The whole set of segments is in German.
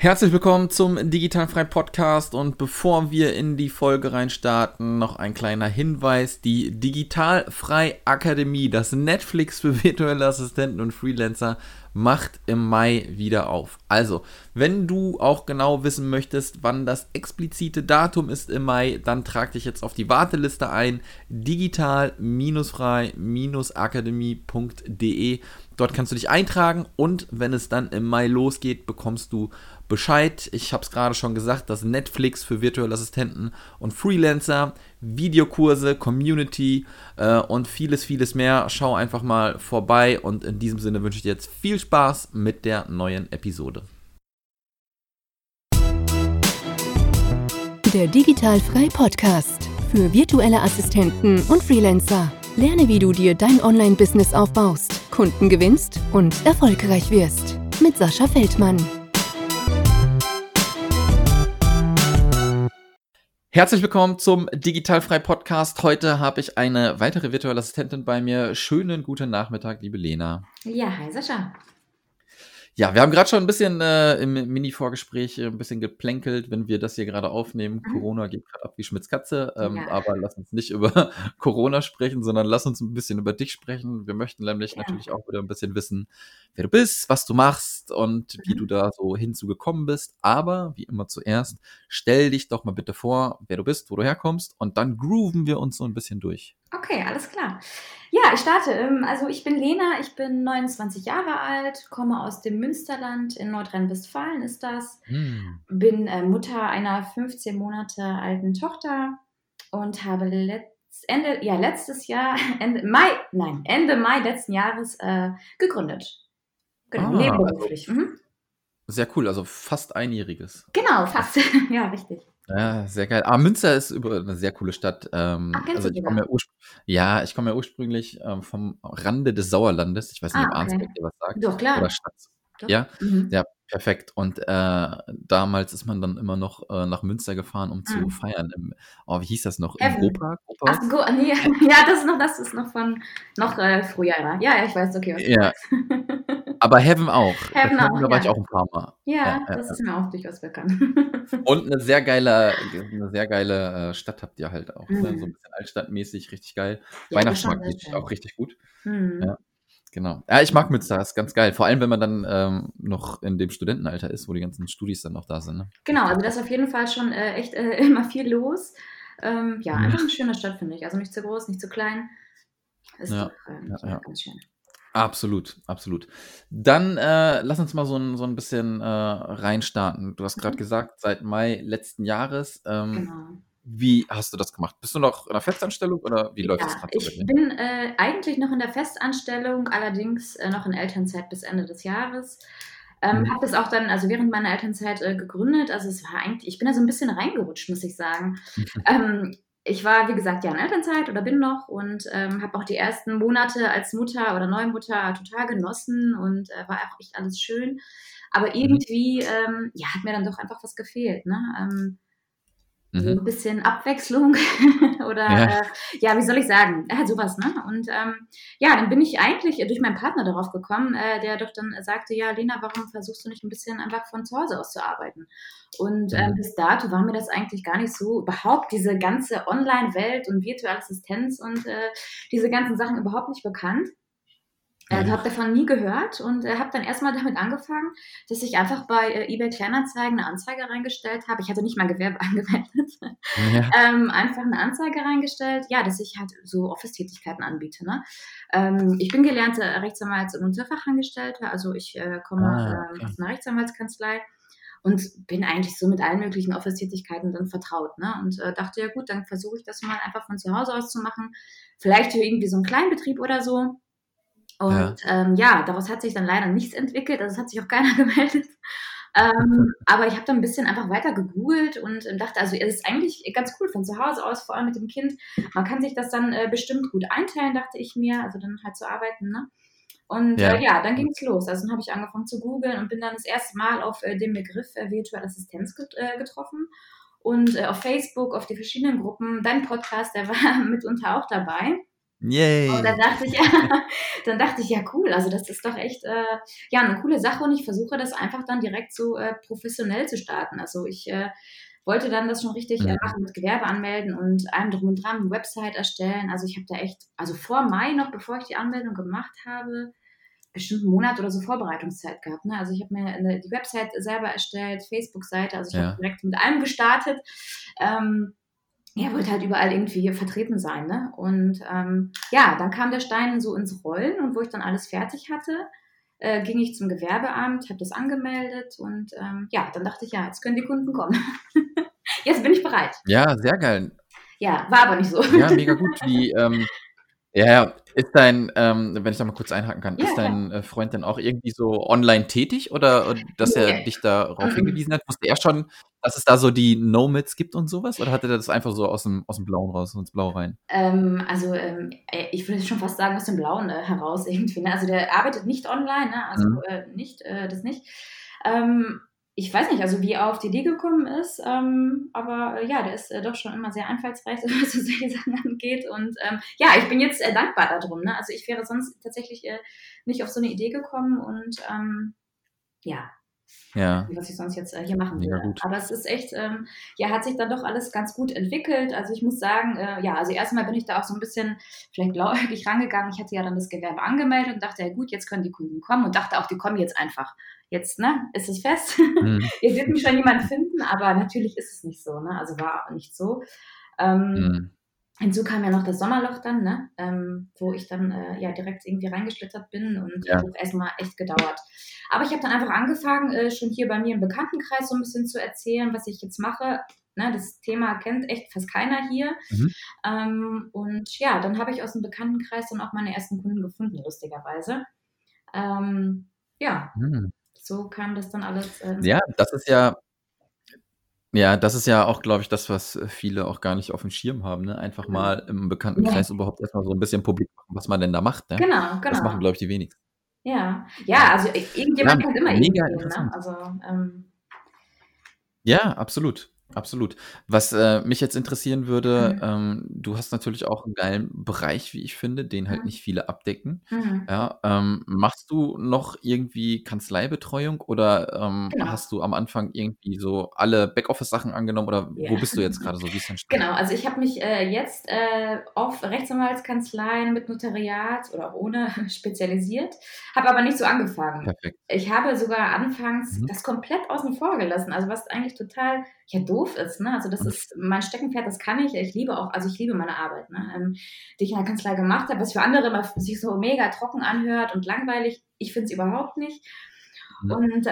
Herzlich willkommen zum Digitalfrei Podcast und bevor wir in die Folge reinstarten, noch ein kleiner Hinweis. Die Digitalfrei Akademie, das Netflix für virtuelle Assistenten und Freelancer, macht im Mai wieder auf. Also, wenn du auch genau wissen möchtest, wann das explizite Datum ist im Mai, dann trag dich jetzt auf die Warteliste ein, digital-frei-akademie.de. Dort kannst du dich eintragen und wenn es dann im Mai losgeht, bekommst du Bescheid. Ich habe es gerade schon gesagt, das Netflix für virtuelle Assistenten und Freelancer, Videokurse, Community und vieles mehr. Schau einfach mal vorbei und in diesem Sinne wünsche ich dir jetzt viel Spaß mit der neuen Episode. Der Digitalfrei Podcast für virtuelle Assistenten und Freelancer. Lerne, wie du dir dein Online-Business aufbaust, Kunden gewinnst und erfolgreich wirst. Mit Sascha Feldmann. Herzlich willkommen zum Digitalfrei Podcast. Heute habe ich eine weitere virtuelle Assistentin bei mir. Schönen guten Nachmittag, liebe Lena. Ja, hi Sascha. Ja, wir haben gerade schon ein bisschen im Mini-Vorgespräch ein bisschen geplänkelt, wenn wir das hier gerade aufnehmen. Corona geht gerade ab wie Schmitz Katze, Ja. aber lass uns nicht über Corona sprechen, sondern lass uns ein bisschen über dich sprechen. Wir möchten nämlich Ja. natürlich auch wieder ein bisschen wissen, wer du bist, was du machst und wie du da so hinzugekommen bist. Aber wie immer zuerst, stell dich doch mal bitte vor, wer du bist, wo du herkommst und dann grooven wir uns so ein bisschen durch. Okay, alles klar. Ja, ich starte. Also ich bin Lena, ich bin 29 Jahre alt, komme aus dem Münsterland, in Nordrhein-Westfalen ist das. Bin Mutter einer 15 Monate alten Tochter und habe Ende Mai letzten Jahres gegründet. Genau, nebenberuflich. Sehr cool, also fast einjähriges. Genau, fast. Ja, richtig. Ja, sehr geil. Aber Münster ist eine sehr coole Stadt. Kennst Also du ich sogar? komme ja ursprünglich vom Rande des Sauerlandes. Ich weiß nicht, ob Okay. Arnsberg dir was sagt. Doch, klar. Oder Stadt. Doch. Ja? Mhm. Ja, perfekt. Und damals ist man dann immer noch nach Münster gefahren, um zu feiern. Wie hieß das noch? Im Heaven. Gropark? Ach, nee, ja, das ist noch von früher. Ja, ich weiß, okay, was du Ja, meinst. aber Heaven auch. Heaven auch, Da war ich ja. auch ein paar Mal. Ja, das ist mir auch durchaus bekannt. Und eine sehr geile Stadt habt ihr halt auch, ne? So ein bisschen altstadtmäßig, richtig geil. Ja, das ist schon Weihnachtsmarkt sehr ist schön. auch richtig gut. Mhm. Ja, genau. Ja, ich mag Münster, ist ganz geil. Vor allem, wenn man dann noch in dem Studentenalter ist, wo die ganzen Studis dann noch da sind. Ne? Genau, also da ist auf jeden Fall schon echt immer viel los. Ja, einfach eine schöne Stadt, finde ich. Also nicht zu groß, nicht zu klein. Ist Ja, doch ganz schön. absolut. Dann lass uns mal so ein bisschen reinstarten. Du hast gerade gesagt, seit Mai letzten Jahres. Genau. Wie hast du das gemacht? Bist du noch in einer Festanstellung oder wie läuft das Ja, gerade so bei ich dir? bin eigentlich noch in der Festanstellung, allerdings noch in Elternzeit bis Ende des Jahres. Habe das auch dann, also während meiner Elternzeit gegründet. Also es war eigentlich, ich bin da so ein bisschen reingerutscht, muss ich sagen. Ich war, wie gesagt, ja in Elternzeit oder bin noch und habe auch die ersten Monate als Mutter oder Neumutter total genossen und war auch echt alles schön. Aber irgendwie, ja, hat mir dann doch einfach was gefehlt, ne? So ein bisschen Abwechslung oder Ja. wie soll ich sagen? Sowas, ne? Und ja, dann bin ich eigentlich durch meinen Partner darauf gekommen, der doch dann sagte, ja, Lena, warum versuchst du nicht ein bisschen einfach von zu Hause aus zu arbeiten? Und bis dato war mir das eigentlich gar nicht so, überhaupt diese ganze Online-Welt und virtuelle Assistenz und diese ganzen Sachen überhaupt nicht bekannt. Also habe davon nie gehört und habe dann erstmal damit angefangen, dass ich einfach bei eBay Kleinanzeigen eine Anzeige reingestellt habe. Ich hatte nicht mal Gewerbe angemeldet. Ja. Einfach eine Anzeige reingestellt, ja, dass ich halt so Office-Tätigkeiten anbiete. Ne? Ich bin gelernte Rechtsanwalts- und Fachangestellte, also ich komme Okay. aus einer Rechtsanwaltskanzlei und bin eigentlich so mit allen möglichen Office-Tätigkeiten dann vertraut. Ne? Und dachte, ja gut, dann versuche ich das mal einfach von zu Hause aus zu machen. Vielleicht für irgendwie so einen Kleinbetrieb oder so. Und daraus hat sich dann leider nichts entwickelt, also es hat sich auch keiner gemeldet. Aber ich habe dann ein bisschen einfach weiter gegoogelt und dachte, also es ist eigentlich ganz cool von zu Hause aus, vor allem mit dem Kind. Man kann sich das dann bestimmt gut einteilen, dachte ich mir, also dann halt zu arbeiten, ne? Und dann ging es los. Also dann habe ich angefangen zu googeln und bin dann das erste Mal auf den Begriff virtuelle Assistenz getroffen. Und auf Facebook, auf die verschiedenen Gruppen, dein Podcast, der war mitunter auch dabei. Und Yay. dann dachte ich, ja cool, also das ist doch echt ja eine coole Sache und ich versuche das einfach dann direkt so professionell zu starten. Also ich wollte dann das schon richtig Mhm. machen mit Gewerbe anmelden und allem drum und dran, Website erstellen. Also ich habe da echt, also vor Mai noch, bevor ich die Anmeldung gemacht habe, bestimmt einen Monat oder so Vorbereitungszeit gehabt. Ne? Also ich habe mir die Website selber erstellt, Facebook-Seite, also ich habe Ja. direkt mit allem gestartet. Ja, wollte halt überall irgendwie vertreten sein, ne? Und ja, dann kam der Stein so ins Rollen und wo ich dann alles fertig hatte, ging ich zum Gewerbeamt, habe das angemeldet und ja, dann dachte ich, ja, jetzt können die Kunden kommen. Jetzt bin ich bereit. Ja, sehr geil. Ja, war aber nicht so. Ja, mega gut. Ja, ja, ist wenn ich da mal kurz einhaken kann, Ja, ist klar. dein Freund denn auch irgendwie so online tätig oder dass er Nee. dich darauf Mm-mm. hingewiesen hat? Wusste er schon, dass es da so die Nomads gibt und sowas? Oder hatte er das einfach so aus dem Blauen raus, ins Blaue rein? Also ich würde schon fast sagen aus dem Blauen heraus irgendwie. Ne? Also der arbeitet nicht online, ne? Also Mhm. nicht, das nicht. Ähm, ich weiß nicht, also wie er auf die Idee gekommen ist, aber ja, der ist doch schon immer sehr einfallsreich, was so solche Sachen angeht. Und ja, ich bin jetzt dankbar darum. Ne? Also ich wäre sonst tatsächlich nicht auf so eine Idee gekommen und ja, Ja, was ich sonst jetzt hier machen mega würde. gut. Aber es ist echt, ja, hat sich dann doch alles ganz gut entwickelt. Also ich muss sagen, ja, also erstmal bin ich da auch so ein bisschen vielleicht blauäugig rangegangen. Ich hatte ja dann das Gewerbe angemeldet und dachte, ja gut, jetzt können die Kunden kommen und dachte auch, die kommen jetzt einfach. Jetzt, ne, ist es fest. Mhm. Jetzt wird mich schon jemand finden, aber natürlich ist es nicht so, ne? Also war auch nicht so. Ähm, Mhm. Hinzu kam ja noch das Sommerloch dann, ne? Wo ich dann ja direkt irgendwie reingeschlittert bin und Ja. das hat erstmal echt gedauert. Aber ich habe dann einfach angefangen, schon hier bei mir im Bekanntenkreis so ein bisschen zu erzählen, was ich jetzt mache. Ne, das Thema kennt echt fast keiner hier. Mhm. Und ja, dann habe ich aus dem Bekanntenkreis dann auch meine ersten Kunden gefunden, lustigerweise. Ja, Mhm. so kam das dann alles ins Ja, das ist ja auch, glaube ich, das, was viele auch gar nicht auf dem Schirm haben, ne? Einfach Rollen. mal im Ja, Bekanntenkreis überhaupt erst mal so 'n bisschen publik machen, was man denn da macht, ne? genau, Das machen, genau. glaube ich, die wenigsten. Ja, Ja. ja, also Ja, irgendjemand kennt immer mega irgendwen, ne? interessant. Also, Ja, absolut, absolut. Was mich jetzt interessieren würde, mhm, du hast natürlich auch 'n geilen Bereich, wie ich finde, den halt mhm, nicht viele abdecken. mhm, Ja, machst du noch irgendwie Kanzleibetreuung oder, genau. hast du am Anfang irgendwie so alle Backoffice-Sachen angenommen oder Ja. wo bist du jetzt grade so? Wie ist dein Stand? Genau, also ich habe mich jetzt auf Rechtsanwaltskanzleien mit Notariat oder auch ohne spezialisiert, habe aber nicht so angefangen. Perfekt. Ich habe sogar anfangs Mhm. das komplett außen vor gelassen, also was eigentlich total ja doof ist, ne? Also das Und ist mein Steckenpferd, das kann ich. Ich liebe auch, also ich liebe meine Arbeit, ne? Die ich in der Kanzlei gemacht habe, was für andere immer sich so mega trocken anhört und langweilig. Ich finde es überhaupt nicht. mhm. Und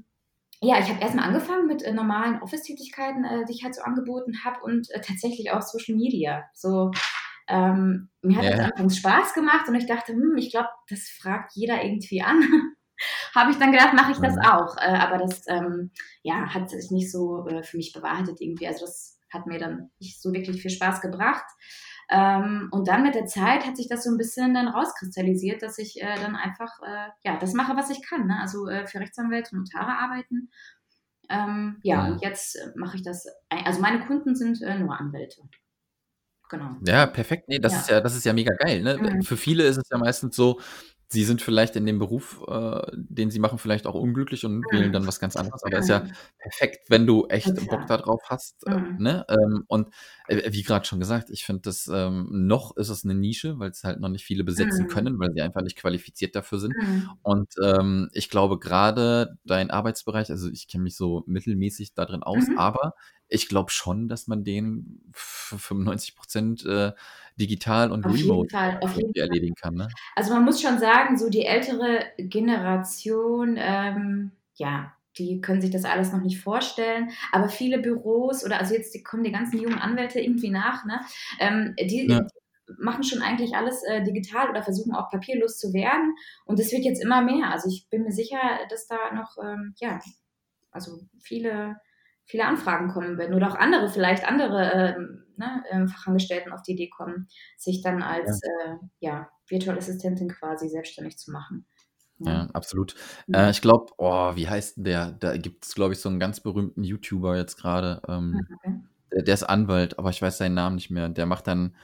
ja, ich habe erst mal angefangen mit normalen Office-Tätigkeiten, die ich halt so angeboten habe und tatsächlich auch Social Media. So, mir hat das Ja, anfangs Spaß gemacht und ich dachte: ich glaube, das fragt jeder irgendwie an.“ Habe ich dann gedacht, mache ich das mhm. auch. Aber das, ja, hat sich nicht so für mich bewahrheitet irgendwie. Also das hat mir dann nicht so wirklich viel Spaß gebracht. Und dann mit der Zeit hat sich das so ein bisschen dann rauskristallisiert, dass ich dann einfach ja, das mache, was ich kann. Ne? Also für Rechtsanwälte und Notare arbeiten. Ja, und Mhm. jetzt mache ich das. Also meine Kunden sind nur Anwälte. Genau. Ja, perfekt. Ne, das ist Ja. ja das ist ja mega geil, ne? Mhm. Für viele ist es ja meistens so, sie sind vielleicht in dem Beruf, den sie machen, vielleicht auch unglücklich und wählen Mhm. dann was ganz anderes, aber ist ja Mhm. perfekt, wenn du echt Bock Total. da drauf hast, Mhm. ne? Und, wie grad schon gesagt, ich finde das, noch ist es 'ne Nische, weil's halt noch nicht viele besetzen Mhm. können, weil sie einfach nicht qualifiziert dafür sind. Mhm. Und, ich glaube grade dein Arbeitsbereich, also, ich kenne mich so mittelmäßig da drin aus, Mhm. aber ich glaube schon, dass man den für 95% digital und Auf jeden remote Fall, auf jeden irgendwie erledigen kann, ne? Also man muss schon sagen, so die ältere Generation, ja, die können sich das alles noch nicht vorstellen. Aber viele Büros oder also jetzt kommen die ganzen jungen Anwälte irgendwie nach, ne? Die Ja, machen schon eigentlich alles digital oder versuchen auch papierlos zu werden. Und es wird jetzt immer mehr. Also ich bin mir sicher, dass da noch, ja, also viele Anfragen kommen werden oder auch andere, vielleicht andere ne, Fachangestellten auf die Idee kommen, sich dann ja, als ja, Virtual Assistentin quasi selbstständig zu machen. Ja. ja, absolut. Mhm. Ich glaube, oh, wie heißt 'n der? Da gibt's, glaube ich, so 'n ganz berühmten YouTuber jetzt grade, Ah, okay. der ist Anwalt, aber ich weiß seinen Namen nicht mehr. Der macht dann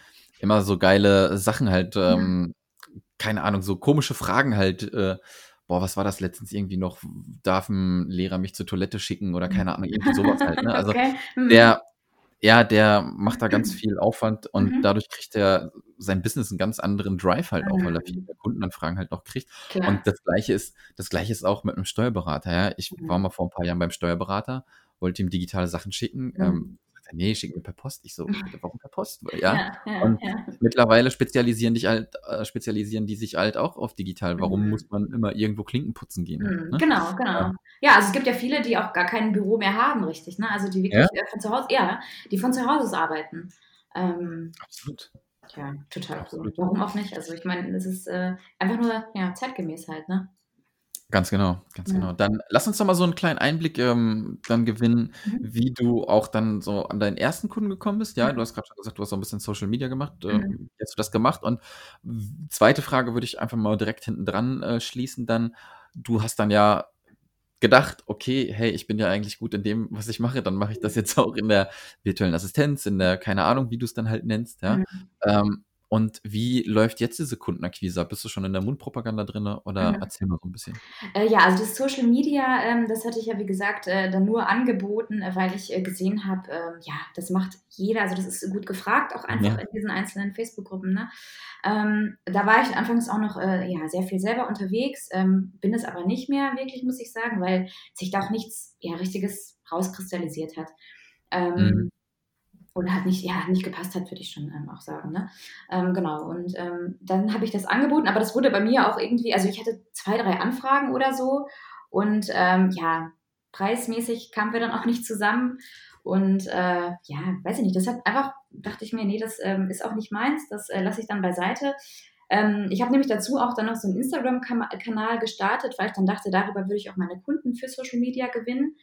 immer so geile Sachen halt, Ja. keine Ahnung, so komische Fragen halt, boah, was war das letztens irgendwie noch? Darf ein Lehrer mich zur Toilette schicken oder keine Ahnung, irgendwie sowas halt, ne? Also, Okay. Mhm. der ja, der macht da ganz viel Aufwand und Mhm. dadurch kriegt er sein Business 'n ganz anderen Drive halt auch, weil er viel Mhm. mehr Kundenanfragen halt noch kriegt. Klar. Und das Gleiche ist auch mit 'nem Steuerberater, ja. Ich war Mhm. mal vor 'n paar Jahren beim Steuerberater, wollte ihm digitale Sachen schicken, Mhm. sagt er: „Ne, schick mir per Post.“ Ich so: „Warum per Post?“ Ja. Ja, ja, Und ja. mittlerweile spezialisieren die sich halt auch auf digital. Warum Mhm. muss man immer irgendwo Klinken putzen gehen halt, Mhm. ne? Genau, Ja. genau. Ja, also es gibt ja viele, die auch gar kein Büro mehr haben, richtig, ne? Also die Ja, wirklich, von zu Hause, ja, die von zu Hause aus arbeiten. Ähm, absolut, ja, total cool. absolut. Warum auch nicht? Also ich meine, es ist, einfach nur, ja, zeitgemäß halt, ne? Ganz genau, ganz Ja. genau. Dann lass uns doch mal so 'n kleinen Einblick, dann gewinnen, Mhm. wie du auch dann so an deinen ersten Kunden gekommen bist. Ja, du Mhm. hast grad schon gesagt, du hast so 'n bisschen Social Media gemacht. Mhm. Wie hast du das gemacht? Und zweite Frage würde ich einfach mal direkt hinten dran, schließen dann. Du hast dann ja gedacht: „Okay, hey, ich bin ja eigentlich gut in dem, was ich mache, dann mache ich das jetzt auch in der virtuellen Assistenz, in der keine Ahnung, wie du's dann halt nennst“, ja? Mhm. Und wie läuft jetzt diese Kundenakquise ab? Bist du schon in der Mundpropaganda drinne oder Mhm. erzähl mal so 'n bisschen? Ja, also das Social Media, das hatte ich ja, wie gesagt, dann nur angeboten, weil ich, gesehen habe, ja, das macht jeder, also das ist gut gefragt, auch einfach Ja. in diesen einzelnen Facebook-Gruppen, ne? Da war ich anfangs auch noch, ja, sehr viel selber unterwegs, bin es aber nicht mehr wirklich, muss ich sagen, weil sich da auch nichts, ja, Richtiges rauskristallisiert hat. Mhm. Ähm, oder halt nicht, ja, nicht gepasst hat, würde ich schon, auch sagen, ne? Genau, und, dann habe ich das angeboten, aber das wurde bei mir auch irgendwie, also ich hatte 2 3 Anfragen oder so und, ja, preismäßig kamen wir dann auch nicht zusammen und, ja, weiß ich nicht, das hat einfach, dachte ich mir: „Ne, das, ist auch nicht meins, das, lasse ich dann beiseite.“ Ich habe nämlich dazu auch dann noch so 'n Instagram Kanal gestartet, weil ich dann dachte, darüber würde ich auch meine Kunden für Social Media gewinnen.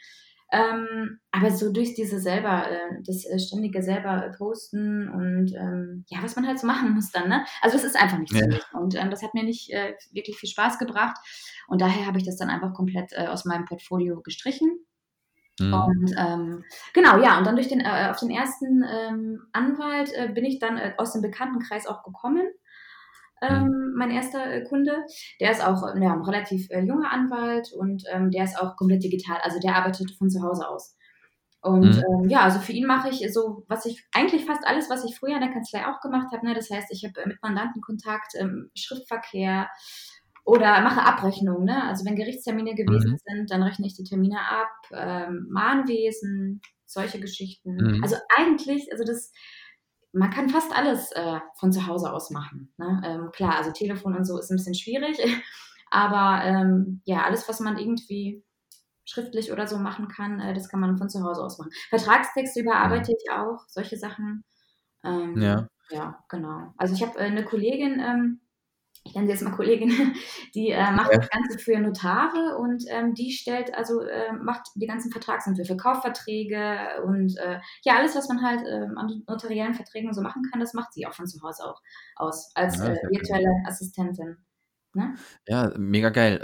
Aber so durch diese selber, das, ständige selber, posten und, ja, was man halt so machen muss dann, ne? Also, das ist einfach nichts für Ja. mich und, das hat mir nicht, wirklich viel Spaß gebracht und daher habe ich das dann einfach komplett, aus meinem Portfolio gestrichen Mhm. und, genau, ja, und dann durch den auf den ersten, Anwalt, bin ich dann, aus dem Bekanntenkreis auch gekommen. Mhm. Mein erster, Kunde, der ist auch, ja, 'n relativ, junger Anwalt und, der ist auch komplett digital. Also, der arbeitet von zu Hause aus. Und, Mhm. ja, also für ihn mache ich so, was ich eigentlich fast alles, was ich früher in der Kanzlei auch gemacht habe, ne? Das heißt, ich habe, mit Mandanten Kontakt, Schriftverkehr oder mache Abrechnungen, ne? Also, wenn Gerichtstermine gewesen Mhm. sind, dann rechne ich die Termine ab, Mahnwesen, solche Geschichten. Mhm. Also, eigentlich, also das, man kann fast alles, von zu Hause aus machen, ne? Klar, also Telefon und so ist 'n bisschen schwierig, aber, ja, alles, was man irgendwie schriftlich oder so machen kann, das kann man von zu Hause aus machen. Vertragstexte Mhm. überarbeite ich auch, solche Sachen. Ja. Ja, genau. Also, ich habe, 'ne Kollegin, ich nenne sie jetzt mal Kollegin, die, macht Ja. das Ganze für Notare und, die stellt, also, macht die ganzen Vertragsentwürfe, Kaufverträge und, ja, alles, was man halt, an notariellen Verträgen und so machen kann, das macht sie auch von zu Hause auch aus als, Ja, sehr geil. virtuelle Assistentin, ne? Ja, mega geil.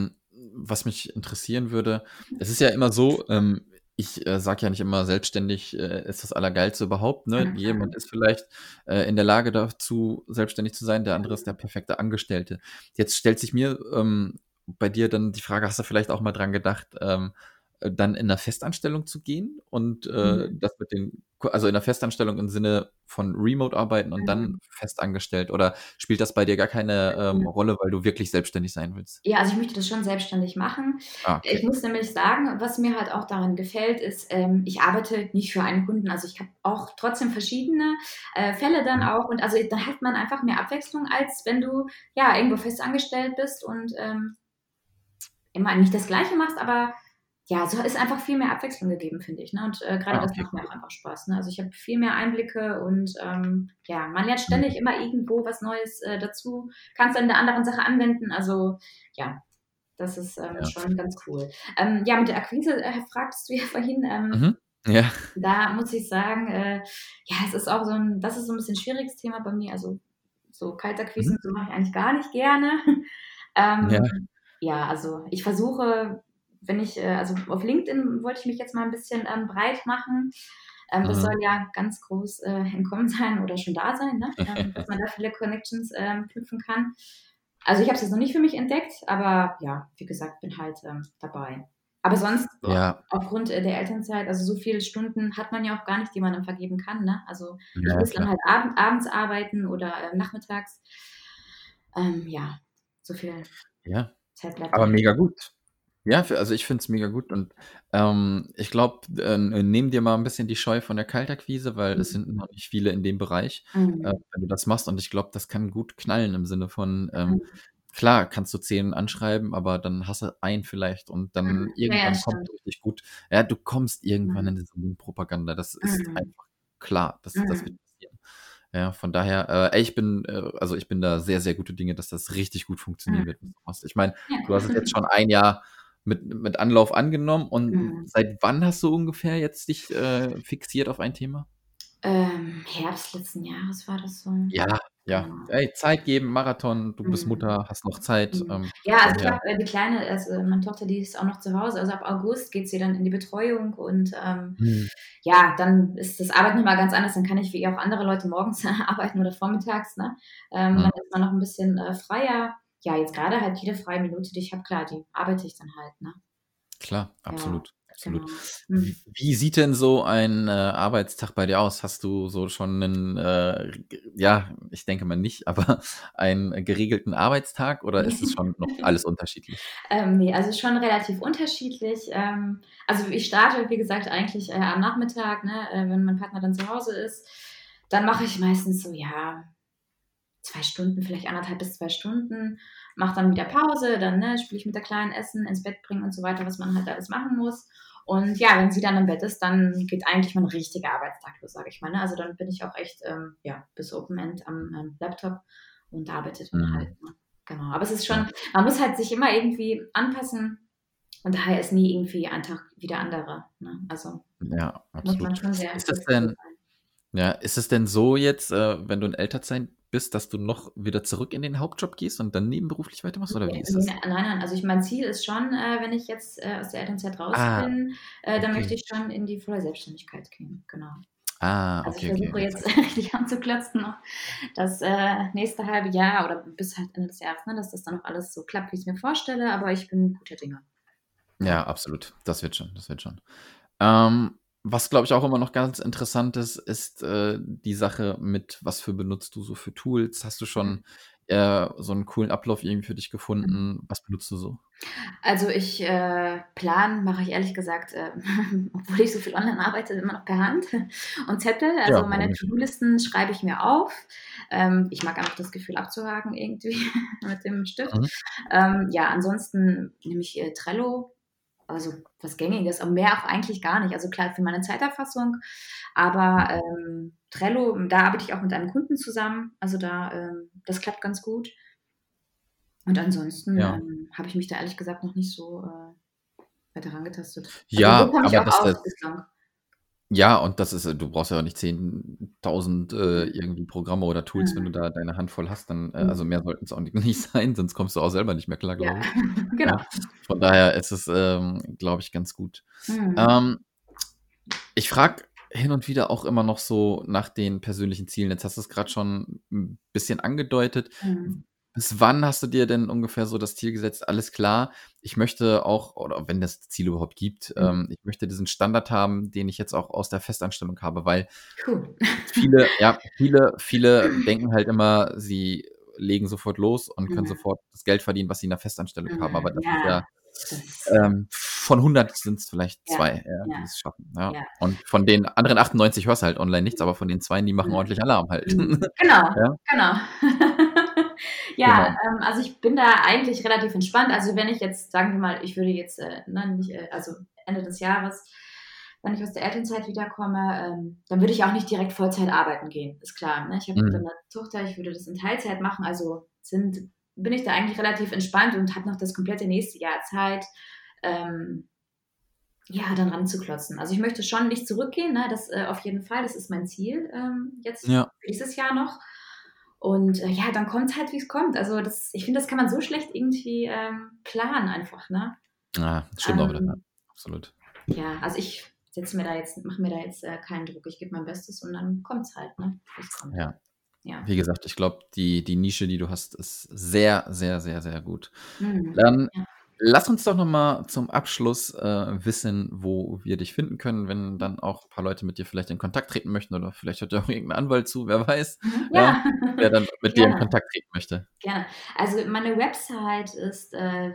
Was mich interessieren würde, es ist ja immer so, ich, sage ja nicht immer, selbstständig, ist das Allergeilste überhaupt, ne? Mhm. Jemand ist vielleicht, in der Lage dazu, selbstständig zu sein, der andere ist der perfekte Angestellte. Jetzt stellt sich mir, bei dir dann die Frage, hast du vielleicht auch mal dran gedacht, dann in 'ner Festanstellung zu gehen und, Mhm. das mit den also in 'ner Festanstellung im Sinne von Remote arbeiten und dann Mhm. festangestellt oder spielt das bei dir gar keine, Mhm. Rolle, weil du wirklich selbstständig sein willst? Ja, also ich möchte das schon selbstständig machen. Ah, Ich okay. muss nämlich sagen, was mir halt auch daran gefällt, ist, ich arbeite nicht für einen Kunden. Also ich habe auch trotzdem verschiedene, Fälle dann Mhm. auch und also da hat man einfach mehr Abwechslung, als wenn du, ja, irgendwo festangestellt bist und, immer nicht das Gleiche machst, aber ja, so ist einfach viel mehr Abwechslung gegeben, finde ich, ne? Und, grade Ah, das okay, macht mir cool. auch einfach Spaß, ne? Also, ich habe viel mehr Einblicke und, ja, man lernt Mhm. ständig immer irgendwo was Neues, dazu, kannst dann in 'ner anderen Sache anwenden. Also, ja, das ist, Ja. schon ganz cool. Ja, mit der Akquise, fragtest du ja vorhin, Mhm. Ja. da muss ich sagen, ja, es ist auch so 'n, das ist so 'n bisschen schwieriges Thema bei mir. Also, so Mhm. Kaltakquise und so mache ich eigentlich gar nicht gerne. Ja. Ja, also ich versuche, wenn ich, also auf LinkedIn wollte ich mich jetzt mal 'n bisschen, breit machen. Das Mhm. soll ja ganz groß im Kommen sein oder schon da sein, ne? Dass man da viele Connections knüpfen kann. Also ich habe es jetzt noch nicht für mich entdeckt, aber ja, wie gesagt, bin halt dabei. Aber sonst, Ja, aufgrund der Elternzeit, also so viele Stunden hat man ja auch gar nicht, die man dann vergeben kann, ne? Also ich ja, muss dann klar. halt abends arbeiten oder nachmittags. Ja, so viel Ja, Zeit bleibt aber dann. mega gut. Ja, also ich finde es mega gut und ich glaube, nimm dir mal ein bisschen die Scheu von der Kaltakquise, weil es Mhm. sind noch nicht viele in dem Bereich, Mhm. wenn du das machst und ich glaube, das kann gut knallen im Sinne von, Mhm. klar kannst du 10 anschreiben, aber dann hast du einen vielleicht und dann Mhm. Ja, ja, irgendwann kommt stimmt. es richtig gut. Ja, du kommst irgendwann Mhm. in diese Mundpropaganda. Das ist Mhm. einfach klar, das wird Mhm. passieren. Ja, von daher, ey, also ich bin da sehr, sehr gute Dinge, dass das richtig gut funktionieren wird, was Mhm. du machst. Ich meine, Ja, du cool. hast es jetzt schon ein Jahr mit Anlauf angenommen und Mhm. seit wann hast du ungefähr jetzt dich fixiert auf ein Thema? Herbst letzten Jahres war das so. Ja, ja. Genau. Ey, Zeit geben, Marathon, du bist Mhm. Mutter, hast noch Zeit. Mhm. Ja, Von also ich daher, habe die Kleine, also meine Tochter, die ist auch noch zu Hause. Also ab August geht sie dann in die Betreuung und mhm. ja, dann ist das Arbeiten immer ganz anders. Dann kann ich wie auch andere Leute morgens arbeiten oder vormittags, ne? Mhm. Dann ist man noch ein bisschen freier. Ja, jetzt gerade halt jede freie Minute, die ich habe, klar, die arbeite ich dann halt, ne? Klar, Ja, absolut, absolut. genau. Mhm. Wie sieht denn so ein Arbeitstag bei dir aus? Hast du so schon einen, ja, ich denke mal nicht, aber einen geregelten Arbeitstag oder ist es schon noch alles unterschiedlich? Ne, also schon relativ unterschiedlich. Also ich starte, wie gesagt, eigentlich am Nachmittag, ne, wenn mein Partner dann zu Hause ist. Dann mache ich meistens so, ja, 2 Stunden, vielleicht 1,5 bis 2 Stunden, mache dann wieder Pause, dann, ne, spiele ich mit der Kleinen Essen, ins Bett bringen und so weiter, was man halt alles machen muss. Und ja, wenn sie dann im Bett ist, dann geht eigentlich mein richtiger Arbeitstag los, sage ich mal, ne? Also dann bin ich auch echt, ja, bis Open End am Laptop und arbeite dann halt, Mhm. ne? Genau. Aber es ist Ja, schon, man muss halt sich immer irgendwie anpassen und daher ist nie irgendwie ein Tag wie der andere, ne? Also ja, muss man absolut. schon sehr Ist es flexibel denn sein. ja, ist es denn so jetzt, wenn du in Elternzeit bist, dass du noch wieder zurück in den Hauptjob gehst und dann nebenberuflich weitermachst oder wie Ne, ist ne, das? nein, nein. Also ich mein Ziel ist schon, wenn ich jetzt aus der Elternzeit raus Ah, bin, dann möchte okay. ich schon in die volle Selbstständigkeit gehen, genau. Ah, Also ich okay, okay. versuche Jetzt jetzt weiß richtig anzuklotzen noch das nächste halbe Jahr oder bis halt Ende des Jahres, ne, dass das dann auch alles so klappt, wie ich's mir vorstelle, aber ich bin guter Dinge. Ja. ja, absolut. Das wird schon, das wird schon. Was, glaube ich, auch immer noch ganz interessant ist, ist, die Sache mit, was benutzt du so für Tools? Hast du Mhm. schon, so 'n coolen Ablauf irgendwie für dich Mhm. gefunden? Was benutzt du so? Also ich Plan mache ich ehrlich gesagt, obwohl ich so viel online arbeite, immer noch per Hand und Zettel. Ja, Also warum meine nicht? To-do-Listen schreibe ich mir auf. Ich mag einfach das Gefühl abzuhaken irgendwie mit dem Stift. Mhm. Ja, ansonsten nehme ich Trello, also was Gängiges, aber mehr auch eigentlich gar nicht. Also klar für meine Zeiterfassung, aber Mhm. Trello, da arbeite ich auch mit einem Kunden zusammen. Also da das klappt ganz gut. Und ansonsten Ja. habe ich mich da ehrlich gesagt noch nicht so weiter rangetastet. Also, so Ja, komme ich aber auch das aus bislang. ja, und das ist du brauchst ja auch nicht 10.000 Mhm. irgendwie Programme oder Tools, wenn du Mhm. da deine Handvoll hast, dann also Mhm. mehr sollten's auch nicht sein, sonst kommst du auch selber nicht mehr klar, Ja, glaube ich. genau. Ja, von daher ist es, glaube ich, ganz gut. Mhm. Ähm, Ich frage hin und wieder auch immer noch so nach den persönlichen Zielen. Jetzt hast du's grad schon 'n bisschen angedeutet. Mhm. Bis wann hast du dir denn ungefähr so das Ziel gesetzt: „Alles klar, ich möchte auch“ oder wenn es Ziel überhaupt gibt, Mhm. „ich möchte diesen Standard haben, den ich jetzt auch aus der Festanstellung habe“, weil Cool. viele denken halt immer, sie legen sofort los und können Mhm. sofort das Geld verdienen, was sie in der Festanstellung haben. Aber Mhm. das ist Ja, ja das von 100 sind's vielleicht ja, 2, ja, ja, die es schaffen, ja. ja. Und von den anderen 98 hörst du halt online nichts, aber von den 2, die machen Mhm. ordentlich Alarm halt. Mhm. Genau, Ja, genau. Ja, genau. also ich bin da eigentlich relativ entspannt. Also wenn ich jetzt, sagen wir mal, ich würde jetzt, ne, nicht, also Ende des Jahres, wenn ich aus der Elternzeit wiederkomme, dann würde ich auch nicht direkt Vollzeit arbeiten gehen, ist klar. Ne? Ich habe dann Mhm. eine Tochter, ich würde das in Teilzeit machen, also bin ich da eigentlich relativ entspannt und habe noch das komplette nächste Jahr Zeit, ähm, ja, dann ranzuklotzen. Also ich möchte schon nicht zurückgehen, ne? Das auf jeden Fall, das ist mein Ziel jetzt Ja. für dieses Jahr noch. Und ja, dann kommt halt, wie es kommt. Also ich finde, das kann man so schlecht irgendwie planen einfach, ne? Ja, stimmt auch wieder, ja, Ähm, absolut. ja, also mach mir da jetzt keinen Druck. Ich gebe mein Bestes und dann kommt es halt, ne? Es kommt. Ja. Ja. Wie gesagt, ich glaube, die Nische, die du hast, ist sehr, sehr, sehr, sehr gut. Mhm. Dann Ja. lass uns doch nochmal zum Abschluss wissen, wo wir dich finden können, wenn dann auch ein paar Leute mit dir vielleicht in Kontakt treten möchten oder vielleicht hört ja auch irgendein Anwalt zu, wer weiß, Ja. wer dann mit dir in Gerne. Kontakt treten möchte. Gerne. Also meine Website ist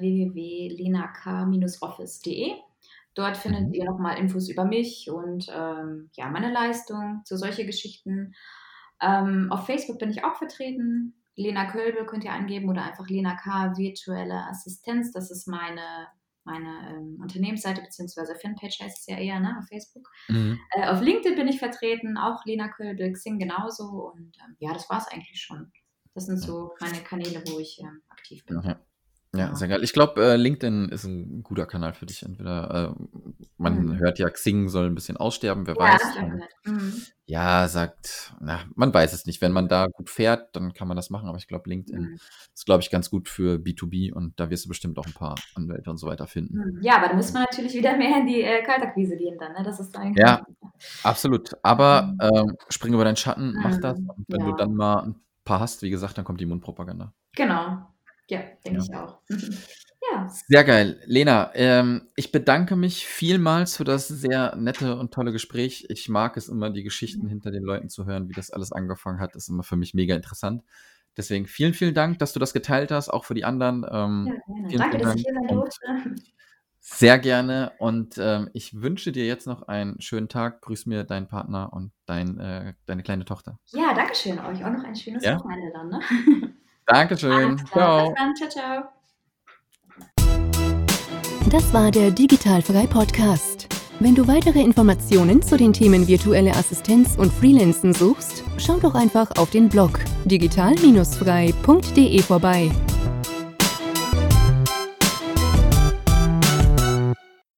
www.lenak-office.de. Dort findet ihr nochmal Infos über mich und meine Leistung, so solche Geschichten. Auf Facebook bin ich auch vertreten. Lena Kölbel könnt ihr eingeben oder einfach Lena K. Virtuelle Assistenz. Das ist meine Unternehmensseite bzw. Fanpage heißt es ja eher, ne, auf Facebook. Auf LinkedIn bin ich vertreten, auch Lena Kölbel, Xing genauso. Und das war es eigentlich schon. Das sind so meine Kanäle, wo ich aktiv bin. Ja, sehr geil. Ich glaube, LinkedIn ist ein guter Kanal für dich. Entweder man hört ja, Xing soll ein bisschen aussterben, wer weiß. Ja, hab ich auch gehört. Man weiß es nicht. Wenn man da gut fährt, dann kann man das machen. Aber ich glaube, LinkedIn ist, glaube ich, ganz gut für B2B und da wirst du bestimmt auch ein paar Anwälte und so weiter finden. Ja, aber da muss man natürlich wieder mehr in die Kaltakquise gehen dann. Ne? Das ist eigentlich Ja, absolut. Aber spring über deinen Schatten, mach das. Und wenn du dann mal ein paar hast, wie gesagt, dann kommt die Mundpropaganda. Genau. Ja, denke ich auch. Ja. Sehr geil. Lena, ich bedanke mich vielmals für das sehr nette und tolle Gespräch. Ich mag es immer, die Geschichten hinter den Leuten zu hören, wie das alles angefangen hat. Das ist immer für mich mega interessant. Deswegen vielen, vielen Dank, dass du das geteilt hast, auch für die anderen. Gerne. Danke, dass ich hier sein durfte. Sehr gerne. Und ich wünsche dir jetzt noch einen schönen Tag. Grüß mir deinen Partner und deine kleine Tochter. Ja, danke schön. Euch auch noch ein schönes Wochenende dann. Ne? Dankeschön. Ciao. Bis dann. Ciao, ciao. Das war der Digitalfrei Podcast. Wenn du weitere Informationen zu den Themen virtuelle Assistenz und Freelancen suchst, schau doch einfach auf den Blog digital-frei.de vorbei.